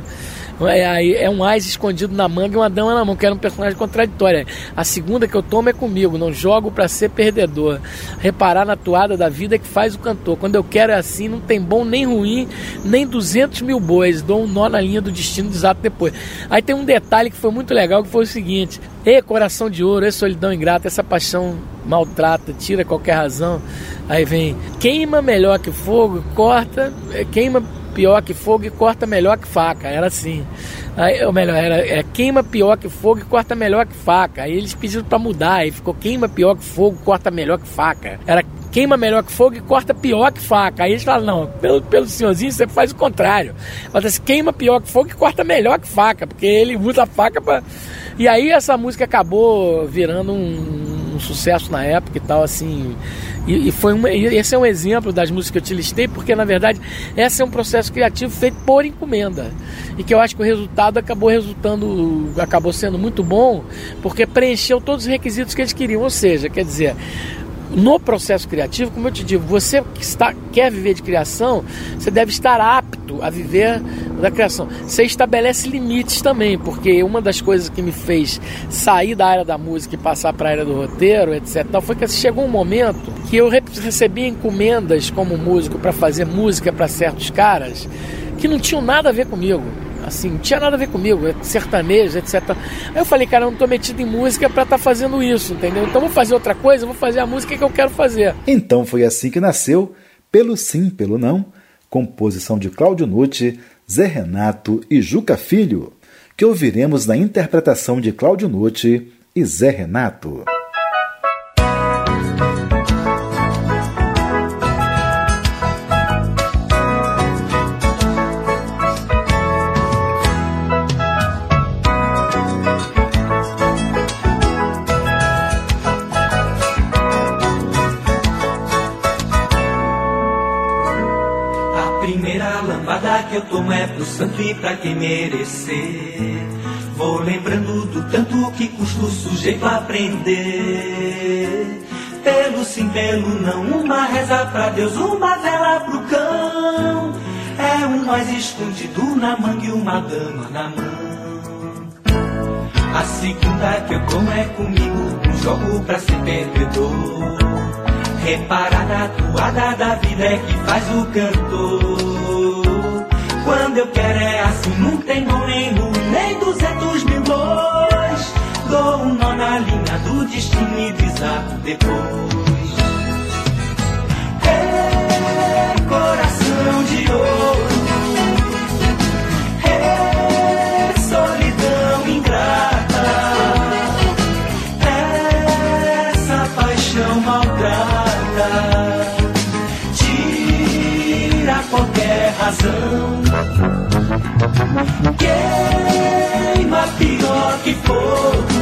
É, é um ás escondido na manga e uma dama na mão, que era um personagem contraditório. A segunda que eu tomo é comigo, não jogo pra ser perdedor. Reparar na toada da vida que faz o cantor. Quando eu quero é assim, não tem bom nem ruim, nem duzentos mil bois. Dou um nó na linha do destino exato depois. Aí tem um detalhe que foi muito legal, que foi o seguinte: Ê, coração de ouro, ê, solidão ingrata, essa paixão maltrata, tira qualquer razão. Aí vem, queima melhor que fogo, corta, queima pior que fogo e corta melhor que faca. Era assim. Aí, ou melhor, era, era queima pior que fogo e corta melhor que faca. Aí eles pediram pra mudar, aí ficou queima pior que fogo, corta melhor que faca. Era queima melhor que fogo e corta pior que faca. Aí eles falaram, não, pelo, pelo senhorzinho você faz o contrário. Mas assim, queima pior que fogo e corta melhor que faca, porque ele usa a faca pra... E aí essa música acabou virando um, um sucesso na época e tal, assim... E, e foi uma, e esse é um exemplo das músicas que eu te listei, porque na verdade esse é um processo criativo feito por encomenda, e que eu acho que o resultado acabou resultando, acabou sendo muito bom, porque preencheu todos os requisitos que eles queriam. Ou seja, quer dizer, no processo criativo, como eu te digo, você que está, quer viver de criação, você deve estar apto a viver da criação. Você estabelece limites também, porque uma das coisas que me fez sair da área da música e passar para a área do roteiro, etcétera, foi que chegou um momento que eu recebia encomendas como músico para fazer música para certos caras que não tinham nada a ver comigo. Assim, não tinha nada a ver comigo, sertanejo, etcétera. Aí eu falei, cara, eu não tô metido em música pra estar tá fazendo isso, entendeu? Então vou fazer outra coisa, vou fazer a música que eu quero fazer. Então foi assim que nasceu Pelo Sim, Pelo Não, composição de Cláudio Nutti, Zé Renato e Juca Filho, que ouviremos na interpretação de Cláudio Nutti e Zé Renato. Que eu tomo é pro santo e pra quem merecer. Vou lembrando do tanto que custa o sujeito aprender. Pelo sim, pelo não, uma reza pra Deus, uma vela pro cão. É um mais escondido na manga e uma dama na mão. A segunda que eu tomo é comigo, não jogo pra ser perdedor. Reparar na toada da vida é que faz o cantor. Quando eu quero é assim, não tem bom nem ruim, nem duzentos mil dois. Dou um nó na linha do destino e desato depois. É coração de ouro, é solidão ingrata, essa paixão maltrata, tira qualquer razão. Queima pior que fogo,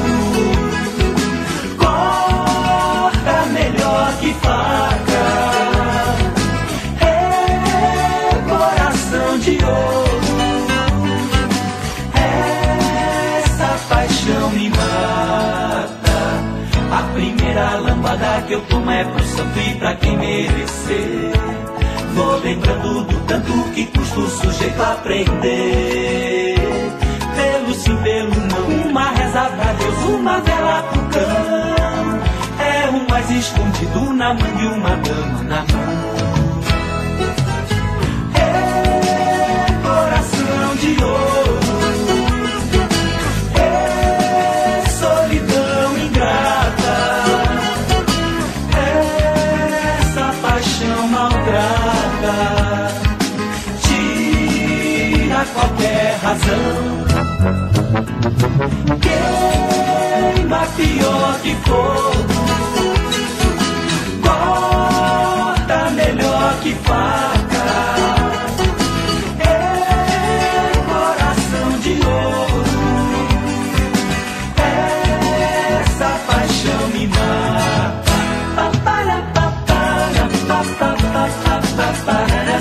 corta melhor que faca. É coração de ouro, essa paixão me mata. A primeira lambada que eu tomo é pro santo e pra quem merecer. Vou lembrando do tanto que custa o sujeito aprender. Pelo sim, pelo não, uma reza pra Deus, uma vela pro cão. É um mais escondido na manga e uma dama na mão. É coração de ouro, é solidão ingrata, é a qualquer razão. Queima pior que fogo, corta melhor que faca. É coração de ouro, essa paixão me mata. Papara, papara, papara, papara, papara,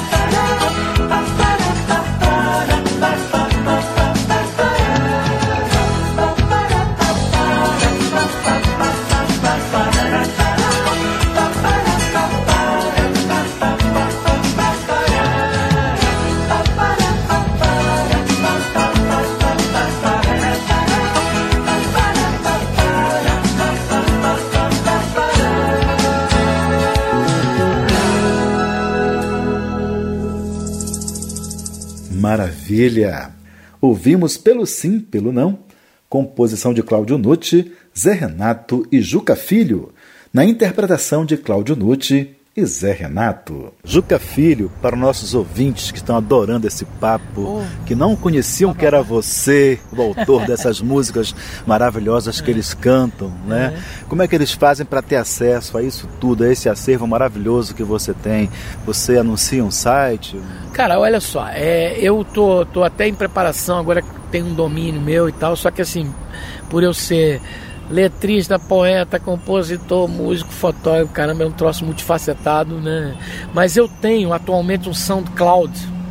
Maravilha! Ouvimos Pelo Sim, Pelo Não, composição de Cláudio Nucci, Zé Renato e Juca Filho, na interpretação de Cláudio Nucci e Zé Renato. Juca Filho, para nossos ouvintes que estão adorando esse papo, oh. que não conheciam que era você, o autor dessas músicas maravilhosas que eles cantam, né? É. Como é que eles fazem para ter acesso a isso tudo, a esse acervo maravilhoso que você tem? Você anuncia um site? Cara, olha só, é, eu tô, tô até em preparação, agora tem um domínio meu e tal, só que assim, por eu ser letrista, poeta, compositor, músico, fotógrafo, caramba, é um troço multifacetado, né? Mas eu tenho atualmente um SoundCloud.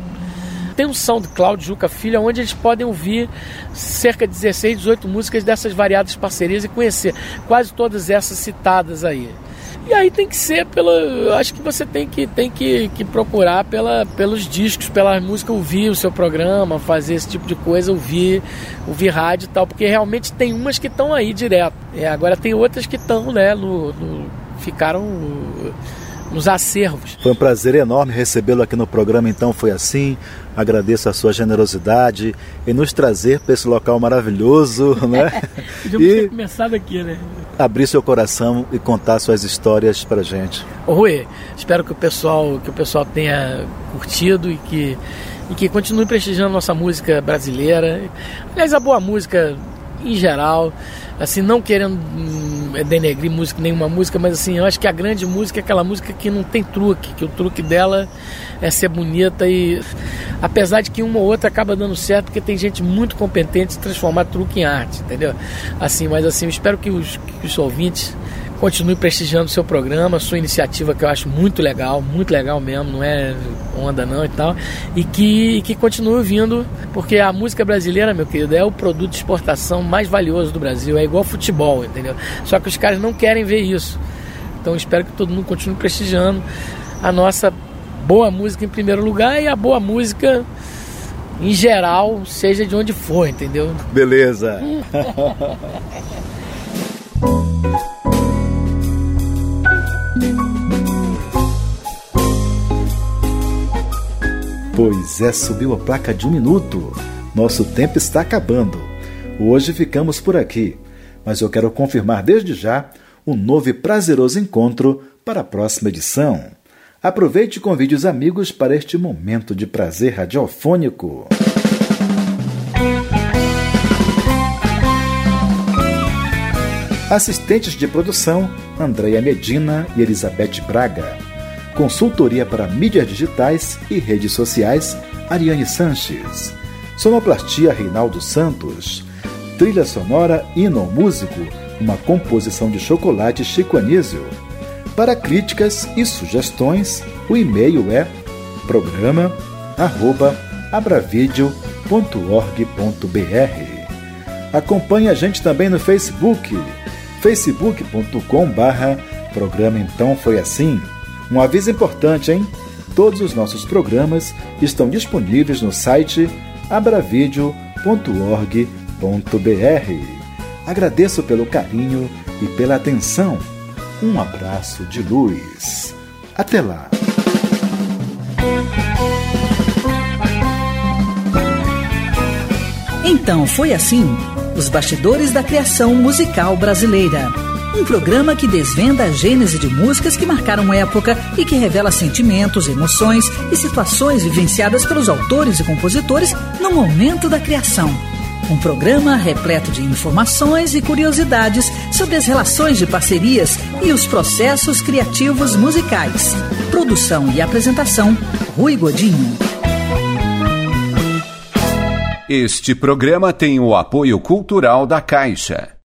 Tem um SoundCloud Juca Filho, onde eles podem ouvir cerca de dezesseis, dezoito músicas dessas variadas parcerias e conhecer quase todas essas citadas aí. E aí tem que ser pela... Eu acho que você tem que, tem que, que procurar pela, pelos discos, pela música, ouvir o seu programa, fazer esse tipo de coisa, ouvir, ouvir rádio e tal, porque realmente tem umas que estão aí direto. É, agora tem outras que estão, né, no, no, ficaram nos acervos. Foi um prazer enorme recebê-lo aqui no programa, então foi assim. Agradeço a sua generosidade em nos trazer para esse local maravilhoso, né? Podíamos ter começado aqui, né? Abrir seu coração e contar suas histórias pra gente. Ô Rui, espero que o pessoal, que o pessoal tenha curtido e que, e que continue prestigiando nossa música brasileira. Aliás, a boa música em geral, assim, não querendo hum, denegrir música, nenhuma música, mas assim, eu acho que a grande música é aquela música que não tem truque, que o truque dela é ser bonita e apesar de que uma ou outra acaba dando certo, porque tem gente muito competente em transformar truque em arte, entendeu? Assim, mas assim, eu espero que os, que os ouvintes continuem prestigiando o seu programa, a sua iniciativa, que eu acho muito legal, muito legal mesmo, não é onda não e tal, e que, e que continue ouvindo, porque a música brasileira, meu querido, é o produto de exportação mais valioso do Brasil, é igual futebol, entendeu? Só que os caras não querem ver isso, então eu espero que todo mundo continue prestigiando a nossa boa música em primeiro lugar e a boa música em geral, seja de onde for, entendeu? Beleza! Pois é, subiu a placa de um minuto. Nosso tempo está acabando. Hoje ficamos por aqui, mas eu quero confirmar desde já um novo e prazeroso encontro para a próxima edição. Aproveite e convide os amigos para este momento de prazer radiofônico. Assistentes de produção, Andréia Medina e Elizabeth Braga. Consultoria para mídias digitais e redes sociais, Ariane Sanches. Sonoplastia, Reinaldo Santos. Trilha sonora, Hino Músico, uma composição de Chocolate Chico Anísio. Para críticas e sugestões, o e-mail é programa arroba abravideo ponto org ponto br. Acompanhe a gente também no Facebook, facebook ponto com barra programa Então Foi Assim. Um aviso importante, hein? Todos os nossos programas estão disponíveis no site abravideo ponto org ponto br. Agradeço pelo carinho e pela atenção. Um abraço de luz. Até lá! Então foi assim, os bastidores da criação musical brasileira. Um programa que desvenda a gênese de músicas que marcaram época e que revela sentimentos, emoções e situações vivenciadas pelos autores e compositores no momento da criação. Um programa repleto de informações e curiosidades sobre as relações de parcerias e os processos criativos musicais. Produção e apresentação, Rui Godinho. Este programa tem o apoio cultural da Caixa.